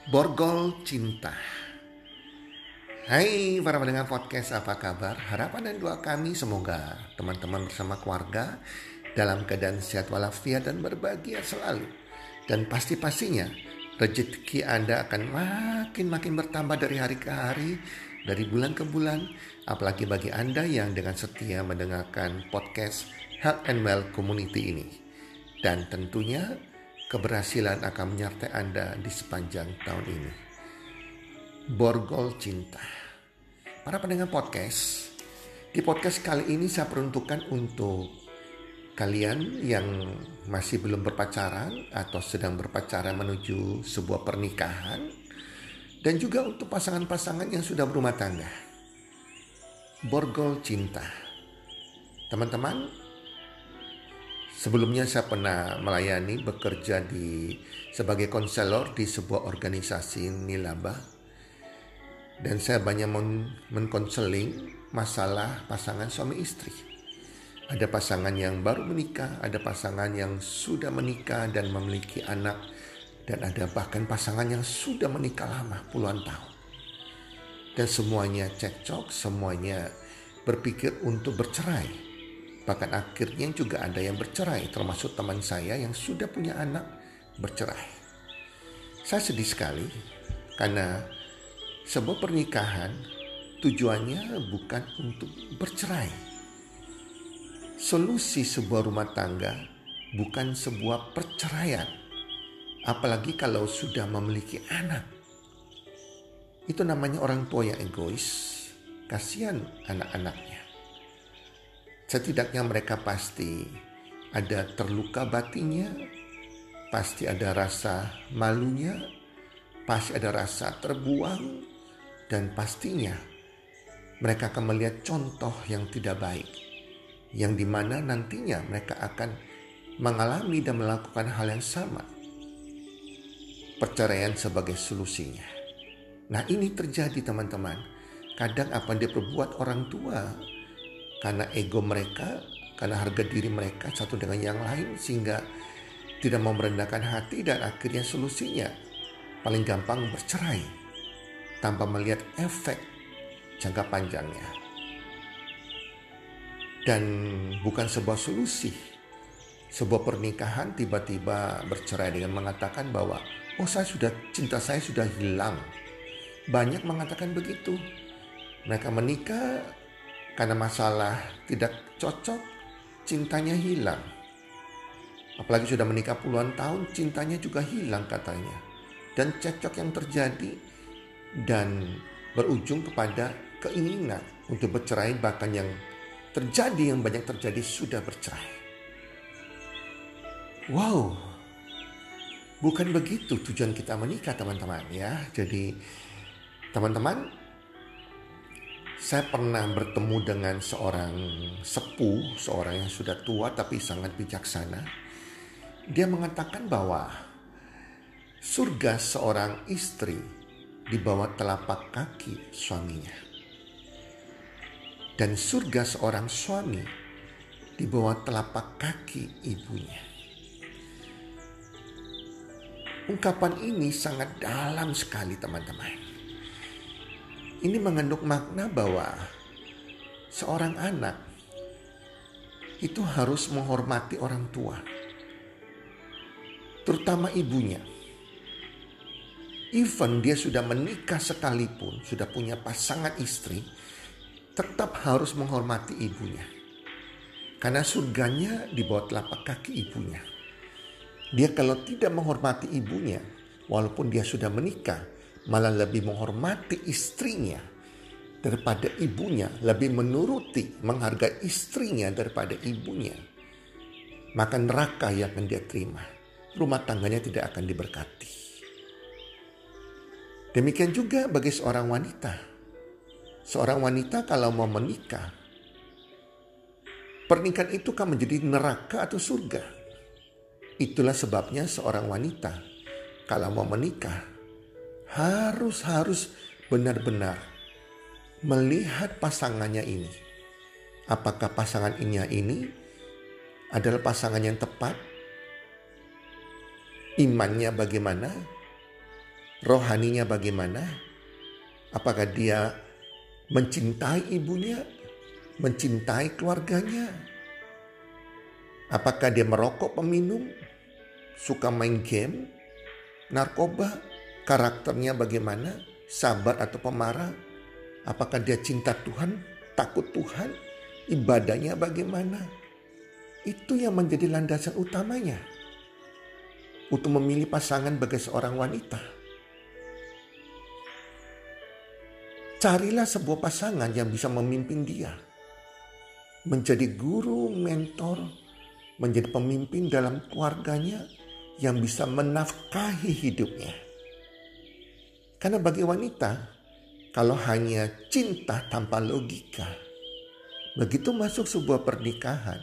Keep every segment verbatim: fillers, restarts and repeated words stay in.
Borgol Cinta. Hai para pendengar podcast, apa kabar? Harapan dan doa kami semoga teman-teman bersama keluarga dalam keadaan sehat walafiat dan berbahagia selalu. Dan pasti-pastinya rezeki Anda akan makin-makin bertambah dari hari ke hari, dari bulan ke bulan. Apalagi bagi Anda yang dengan setia mendengarkan podcast Health and Well Community ini. Dan tentunya keberhasilan akan menyertai Anda di sepanjang tahun ini. Borgol Cinta. Para pendengar podcast, di podcast kali ini saya peruntukkan untuk kalian yang masih belum berpacaran atau sedang berpacaran menuju sebuah pernikahan, dan juga untuk pasangan-pasangan yang sudah berumah tangga. Borgol Cinta. Teman-teman, sebelumnya saya pernah melayani bekerja di sebagai konselor di sebuah organisasi nilaba, dan saya banyak men- menkonseling masalah pasangan suami istri. Ada pasangan yang baru menikah, ada pasangan yang sudah menikah dan memiliki anak, dan ada bahkan pasangan yang sudah menikah lama puluhan tahun. Dan semuanya cekcok, semuanya berpikir untuk bercerai. Bahkan akhirnya juga ada yang bercerai, termasuk teman saya yang sudah punya anak bercerai. Saya sedih sekali karena sebuah pernikahan tujuannya bukan untuk bercerai. Solusi sebuah rumah tangga bukan sebuah perceraian. Apalagi kalau sudah memiliki anak. Itu namanya orang tua yang egois. Kasihan anak-anaknya. Setidaknya mereka pasti ada terluka batinnya, pasti ada rasa malunya, pasti ada rasa terbuang, dan pastinya mereka akan melihat contoh yang tidak baik, yang dimana nantinya mereka akan mengalami dan melakukan hal yang sama. Perceraian sebagai solusinya. Nah, ini terjadi teman-teman. Kadang apa yang diperbuat orang tua karena ego mereka, karena harga diri mereka satu dengan yang lain, sehingga tidak mau merendahkan hati, dan akhirnya solusinya paling gampang bercerai tanpa melihat efek jangka panjangnya. Dan bukan sebuah solusi. Sebuah pernikahan tiba-tiba bercerai dengan mengatakan bahwa oh saya sudah, cinta saya sudah hilang. Banyak mengatakan begitu. Mereka menikah karena masalah tidak cocok, cintanya hilang. Apalagi sudah menikah puluhan tahun, cintanya juga hilang katanya. Dan cekcok yang terjadi dan berujung kepada keinginan untuk bercerai, bahkan yang terjadi, yang banyak terjadi sudah bercerai. Wow, bukan begitu tujuan kita menikah teman-teman ya. Jadi teman-teman, saya pernah bertemu dengan seorang sepuh, seorang yang sudah tua tapi sangat bijaksana. Dia mengatakan bahwa surga seorang istri di bawah telapak kaki suaminya. Dan surga seorang suami di bawah telapak kaki ibunya. Ungkapan ini sangat dalam sekali teman-teman. Ini mengandung makna bahwa seorang anak itu harus menghormati orang tua, terutama ibunya. Even dia sudah menikah sekalipun, sudah punya pasangan istri, tetap harus menghormati ibunya. Karena surganya di bawah telapak kaki ibunya. Dia kalau tidak menghormati ibunya, walaupun dia sudah menikah, malah lebih menghormati istrinya daripada ibunya, lebih menuruti, menghargai istrinya daripada ibunya, maka neraka yang akan dia terima. Rumah tangganya tidak akan diberkati. Demikian juga bagi seorang wanita. Seorang wanita kalau mau menikah, pernikahan itu kan menjadi neraka atau surga. Itulah sebabnya seorang wanita kalau mau menikah harus harus benar-benar melihat pasangannya ini. Apakah pasangan ini ini adalah pasangan yang tepat? Imannya bagaimana? rohaninya bagaimana? Apakah dia mencintai ibunya, mencintai keluarganya? Apakah dia merokok, peminum, suka main game, narkoba? Karakternya bagaimana? Sabar atau pemarah? Apakah dia cinta Tuhan, takut Tuhan? Ibadahnya bagaimana? Itu yang menjadi landasan utamanya untuk memilih pasangan bagi seorang wanita. Carilah sebuah pasangan yang bisa memimpin dia, menjadi guru, mentor, menjadi pemimpin dalam keluarganya yang bisa menafkahi hidupnya. Karena bagi wanita, kalau hanya cinta tanpa logika, begitu masuk sebuah pernikahan,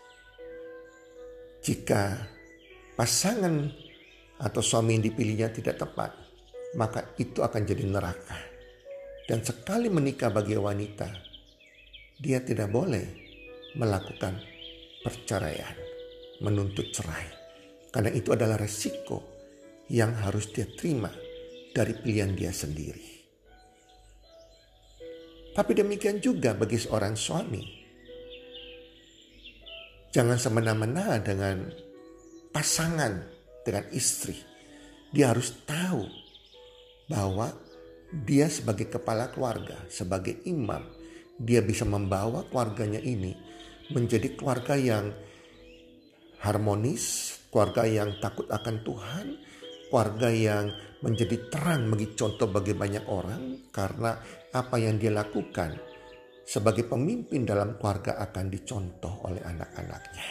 jika pasangan atau suami yang dipilihnya tidak tepat, maka itu akan jadi neraka. Dan sekali menikah bagi wanita, dia tidak boleh melakukan perceraian, menuntut cerai. Karena itu adalah resiko yang harus dia terima dari pilihan dia sendiri. Tapi demikian juga bagi seorang suami. Jangan semena-mena dengan pasangan, dengan istri. Dia harus tahu bahwa dia sebagai kepala keluarga, sebagai imam, dia bisa membawa keluarganya ini menjadi keluarga yang harmonis, keluarga yang takut akan Tuhan, keluarga yang menjadi terang bagi contoh bagi banyak orang, karena apa yang dia lakukan sebagai pemimpin dalam keluarga akan dicontoh oleh anak-anaknya.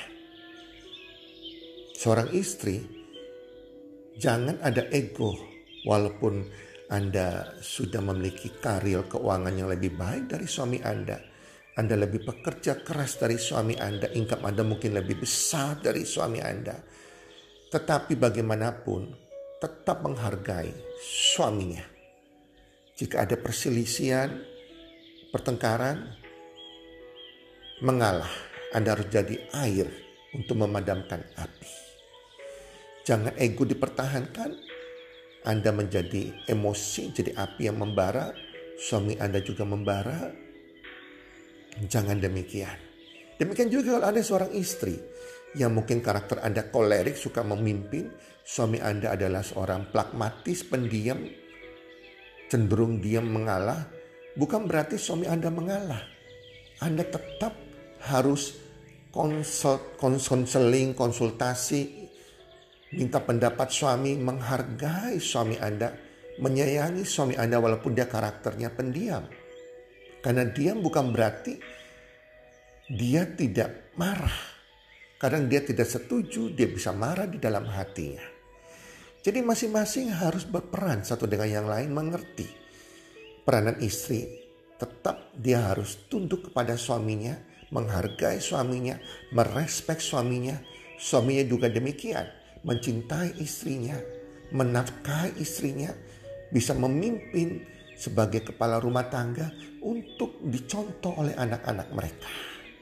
Seorang istri, jangan ada ego walaupun Anda sudah memiliki karir keuangan yang lebih baik dari suami Anda. Anda lebih bekerja keras dari suami Anda, income Anda mungkin lebih besar dari suami Anda. Tetapi bagaimanapun, tetap menghargai suaminya. Jika ada perselisihan, pertengkaran, mengalah. Anda harus jadi air untuk memadamkan api. Jangan ego dipertahankan. Anda menjadi emosi, jadi api yang membara. Suami Anda juga membara. Jangan demikian. Demikian juga kalau Anda seorang istri yang mungkin karakter Anda kolerik, suka memimpin. Suami Anda adalah seorang pragmatis, pendiam, cenderung diam, mengalah. Bukan berarti suami Anda mengalah. Anda tetap harus konsult, konseling, konsultasi, minta pendapat suami, menghargai suami Anda, menyayangi suami Anda walaupun dia karakternya pendiam. Karena diam bukan berarti dia tidak marah. Kadang dia tidak setuju, dia bisa marah di dalam hatinya. Jadi masing-masing harus berperan satu dengan yang lain, mengerti. Peranan istri tetap dia harus tunduk kepada suaminya, menghargai suaminya, merespek suaminya. Suaminya juga demikian, mencintai istrinya, menafkahi istrinya, bisa memimpin sebagai kepala rumah tangga untuk dicontoh oleh anak-anak mereka.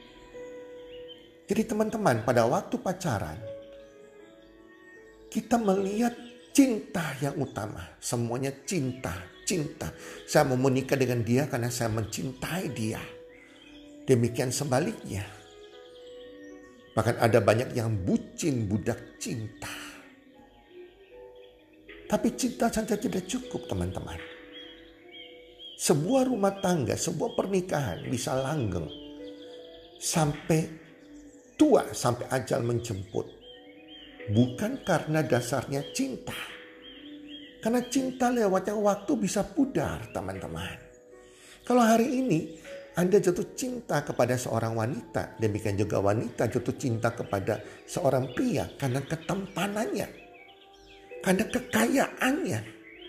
Jadi teman-teman, pada waktu pacaran, kita melihat cinta yang utama. Semuanya cinta, cinta. Saya mau menikah dengan dia karena saya mencintai dia. Demikian sebaliknya. Bahkan ada banyak yang bucin, budak cinta. Tapi cinta saja tidak cukup, teman-teman. Sebuah rumah tangga, sebuah pernikahan bisa langgeng sampai tua, sampai ajal menjemput. Bukan karena dasarnya cinta. Karena cinta lewatnya waktu bisa pudar, teman-teman. Kalau hari ini Anda jatuh cinta kepada seorang wanita, demikian juga wanita jatuh cinta kepada seorang pria karena ketampanannya, karena kekayaannya,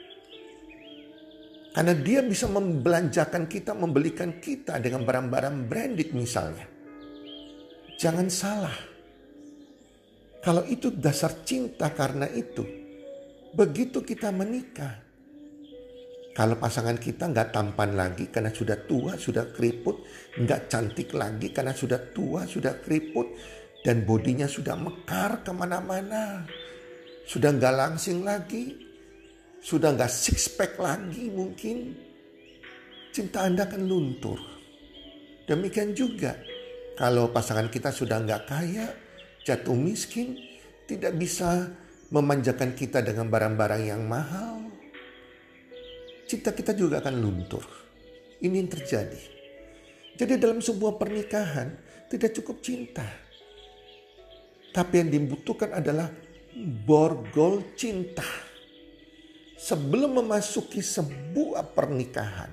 karena dia bisa membelanjakan kita, membelikan kita dengan barang-barang branded misalnya. Jangan salah. Kalau itu dasar cinta karena itu, begitu kita menikah, kalau pasangan kita nggak tampan lagi karena sudah tua, sudah keriput, nggak cantik lagi karena sudah tua, sudah keriput, dan bodinya sudah mekar kemana-mana, sudah nggak langsing lagi, sudah nggak six pack lagi mungkin, cinta Anda akan luntur. Demikian juga kalau pasangan kita sudah nggak kaya, jatuh miskin, tidak bisa memanjakan kita dengan barang-barang yang mahal, cinta kita juga akan luntur. Ini yang terjadi. Jadi dalam sebuah pernikahan tidak cukup cinta, tapi yang dibutuhkan adalah borgol cinta. Sebelum memasuki sebuah pernikahan,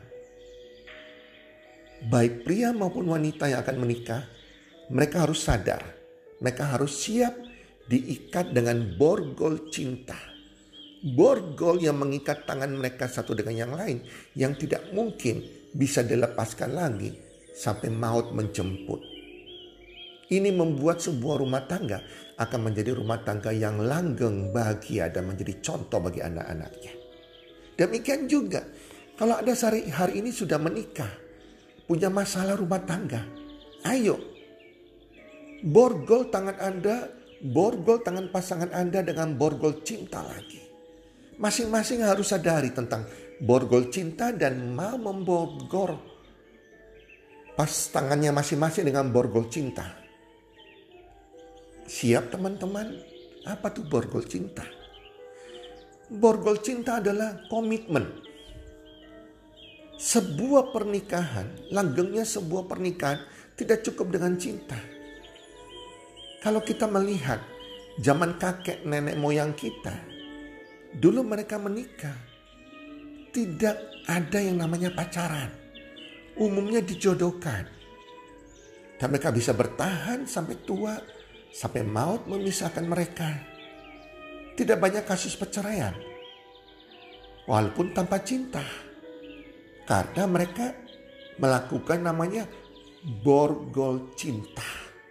baik pria maupun wanita yang akan menikah, mereka harus sadar, mereka harus siap diikat dengan borgol cinta. Borgol yang mengikat tangan mereka satu dengan yang lain, yang tidak mungkin bisa dilepaskan lagi sampai maut menjemput. Ini membuat sebuah rumah tangga akan menjadi rumah tangga yang langgeng, bahagia, dan menjadi contoh bagi anak-anaknya. Demikian juga kalau Anda hari, hari ini sudah menikah, punya masalah rumah tangga, ayo borgol tangan Anda, borgol tangan pasangan Anda dengan borgol cinta lagi. Masing-masing harus sadari tentang borgol cinta dan mau memborgol pas tangannya masing-masing dengan borgol cinta. Siap teman-teman? Apa tuh borgol cinta? Borgol cinta adalah komitmen. Sebuah pernikahan, langgengnya sebuah pernikahan tidak cukup dengan cinta. Kalau kita melihat zaman kakek nenek moyang kita, dulu mereka menikah, tidak ada yang namanya pacaran. Umumnya dijodohkan. Dan mereka bisa bertahan sampai tua, sampai maut memisahkan mereka. Tidak banyak kasus perceraian, walaupun tanpa cinta. Karena mereka melakukan namanya borgol cinta.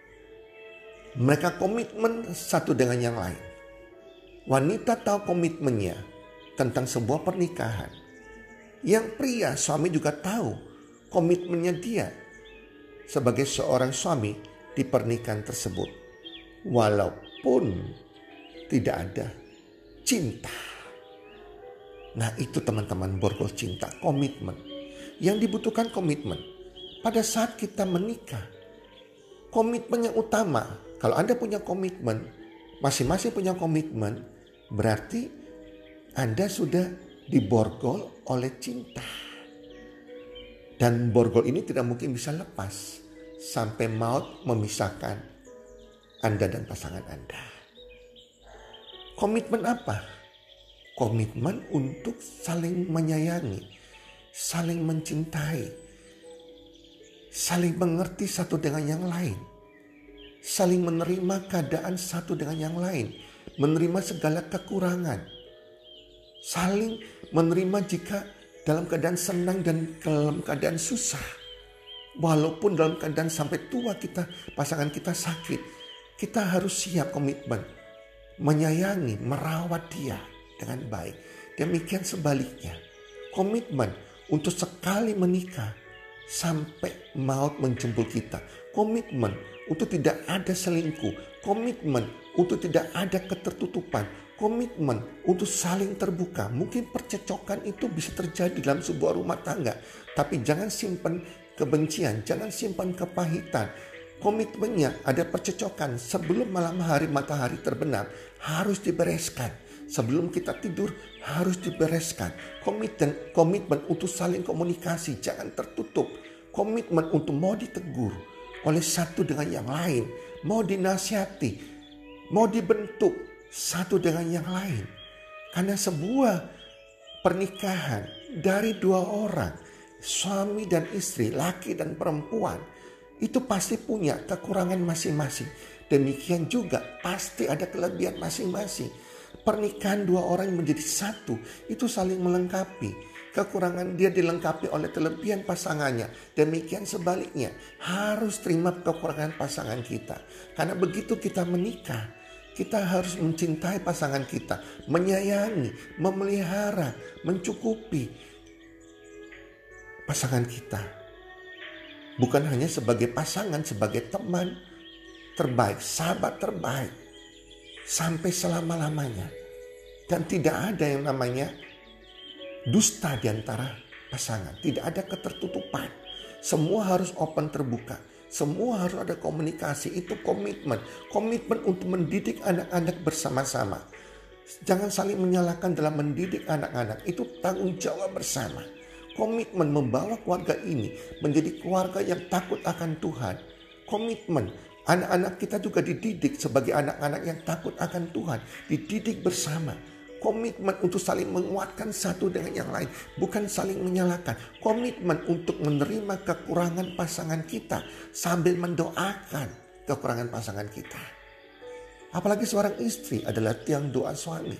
Mereka komitmen satu dengan yang lain. Wanita tahu komitmennya tentang sebuah pernikahan. Yang pria, suami juga tahu komitmennya dia sebagai seorang suami di pernikahan tersebut. Walaupun tidak ada cinta. Nah itu teman-teman borgol cinta, komitmen. Yang dibutuhkan komitmen. Pada saat kita menikah, komitmen yang utama. Kalau Anda punya komitmen, masing-masing punya komitmen, berarti Anda sudah diborgol oleh cinta. Dan borgol ini tidak mungkin bisa lepas sampai maut memisahkan Anda dan pasangan Anda. Komitmen apa? Komitmen untuk saling menyayangi, saling mencintai, saling mengerti satu dengan yang lain, saling menerima keadaan satu dengan yang lain, menerima segala kekurangan, saling menerima jika dalam keadaan senang dan dalam keadaan susah. Walaupun dalam keadaan sampai tua kita, pasangan kita sakit, kita harus siap komitmen menyayangi, merawat dia dengan baik. Demikian sebaliknya, komitmen untuk sekali menikah sampai maut menjemput kita. Komitmen untuk tidak ada selingkuh. Komitmen untuk tidak ada ketertutupan. Komitmen untuk saling terbuka. Mungkin percecokan itu bisa terjadi dalam sebuah rumah tangga. Tapi jangan simpan kebencian, jangan simpan kepahitan. Komitmennya ada percecokan sebelum malam hari matahari terbenam harus dibereskan. Sebelum kita tidur harus dibereskan. Komitmen, komitmen untuk saling komunikasi jangan tertutup. Komitmen untuk mau ditegur oleh satu dengan yang lain, mau dinasihati, mau dibentuk satu dengan yang lain. Karena sebuah pernikahan dari dua orang, suami dan istri, laki dan perempuan, itu pasti punya kekurangan masing-masing. Demikian juga pasti ada kelebihan masing-masing. Pernikahan dua orang menjadi satu itu saling melengkapi. Kekurangan dia dilengkapi oleh kelebihan pasangannya. Demikian sebaliknya, harus terima kekurangan pasangan kita. Karena begitu kita menikah, kita harus mencintai pasangan kita, menyayangi, memelihara, mencukupi pasangan kita. Bukan hanya sebagai pasangan, sebagai teman terbaik, sahabat terbaik. Sampai selama-lamanya. Dan tidak ada yang namanya dusta di antara pasangan. Tidak ada ketertutupan. Semua harus open, terbuka. Semua harus ada komunikasi. Itu komitmen. Komitmen untuk mendidik anak-anak bersama-sama. Jangan saling menyalahkan dalam mendidik anak-anak. Itu tanggung jawab bersama. Komitmen membawa keluarga ini menjadi keluarga yang takut akan Tuhan. Komitmen anak-anak kita juga dididik sebagai anak-anak yang takut akan Tuhan. Dididik bersama. Komitmen untuk saling menguatkan satu dengan yang lain. Bukan saling menyalahkan. Komitmen untuk menerima kekurangan pasangan kita sambil mendoakan kekurangan pasangan kita. Apalagi seorang istri adalah tiang doa suami.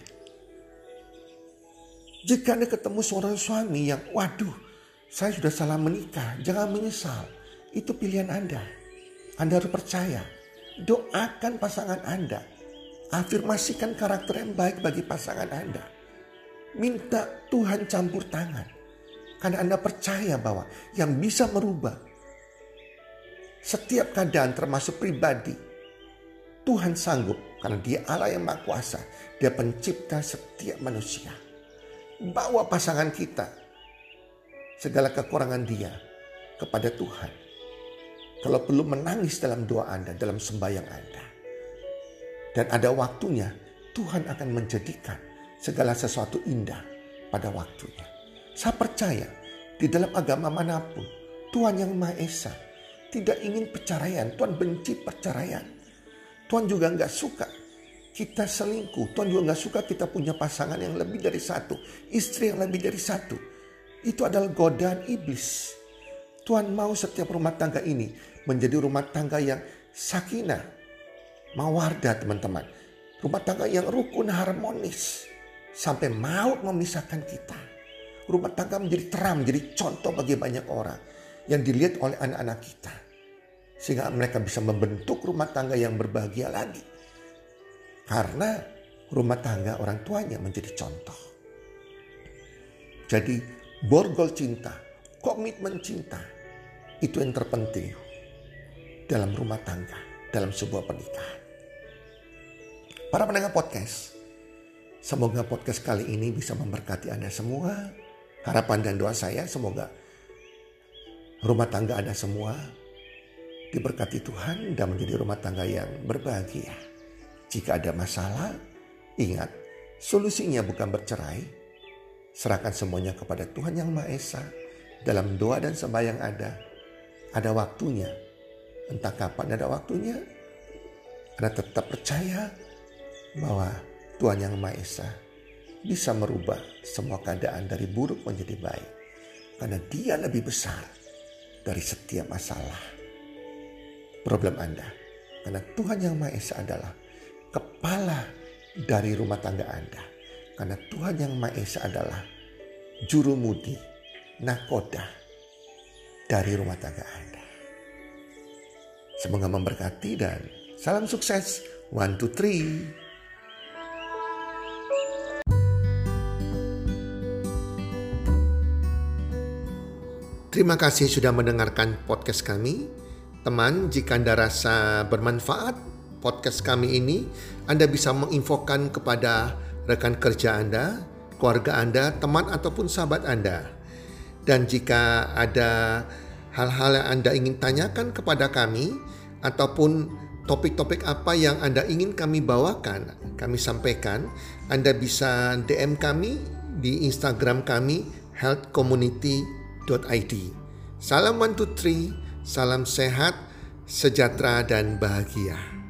Jika Anda ketemu seorang suami yang, waduh, saya sudah salah menikah, jangan menyesal. Itu pilihan Anda. Anda harus percaya. Doakan pasangan Anda. Afirmasikan karakter yang baik bagi pasangan Anda. Minta Tuhan campur tangan. Karena Anda percaya bahwa yang bisa merubah setiap keadaan termasuk pribadi, Tuhan sanggup. Karena Dia Allah yang Maha Kuasa. Dia pencipta setiap manusia. Bawa pasangan kita, segala kekurangan dia, kepada Tuhan. Kalau perlu menangis dalam doa Anda, dalam sembahyang Anda. Dan ada waktunya Tuhan akan menjadikan segala sesuatu indah pada waktunya. Saya percaya di dalam agama manapun Tuhan yang Maha Esa tidak ingin perceraian. Tuhan benci perceraian. Tuhan juga gak suka kita selingkuh. Tuhan juga gak suka kita punya pasangan yang lebih dari satu. Istri yang lebih dari satu. Itu adalah godaan iblis. Tuhan mau setiap rumah tangga ini menjadi rumah tangga yang sakinah, mawardah, teman-teman. Rumah tangga yang rukun, harmonis. Sampai maut memisahkan kita. Rumah tangga menjadi terang, menjadi contoh bagi banyak orang. Yang dilihat oleh anak-anak kita. Sehingga mereka bisa membentuk rumah tangga yang berbahagia lagi. Karena rumah tangga orang tuanya menjadi contoh. Jadi borgol cinta, komitmen cinta. Itu yang terpenting dalam rumah tangga, dalam sebuah pernikahan. Para pendengar podcast, semoga podcast kali ini bisa memberkati Anda semua. Harapan dan doa saya semoga rumah tangga Anda semua diberkati Tuhan dan menjadi rumah tangga yang berbahagia. Jika ada masalah, ingat solusinya bukan bercerai. Serahkan semuanya kepada Tuhan yang Maha Esa. Dalam doa dan sembahyang Anda, ada waktunya. Entah kapan ada waktunya, Anda tetap percaya bahwa Tuhan yang Maha Esa bisa merubah semua keadaan dari buruk menjadi baik. Karena Dia lebih besar dari setiap masalah problem Anda. Karena Tuhan yang Maha Esa adalah kepala dari rumah tangga Anda. Karena Tuhan yang Maha Esa adalah jurumudi, nakoda dari rumah tangga Anda. Semoga memberkati dan salam sukses. One, two, three. Terima kasih sudah mendengarkan podcast kami. Teman, jika Anda rasa bermanfaat podcast kami ini, Anda bisa menginfokan kepada rekan kerja Anda, keluarga Anda, teman ataupun sahabat Anda. Dan jika ada hal-hal yang Anda ingin tanyakan kepada kami, ataupun topik-topik apa yang Anda ingin kami bawakan, kami sampaikan, Anda bisa D M kami di Instagram kami health community dot i d. Salam one two three, salam sehat, sejahtera dan bahagia.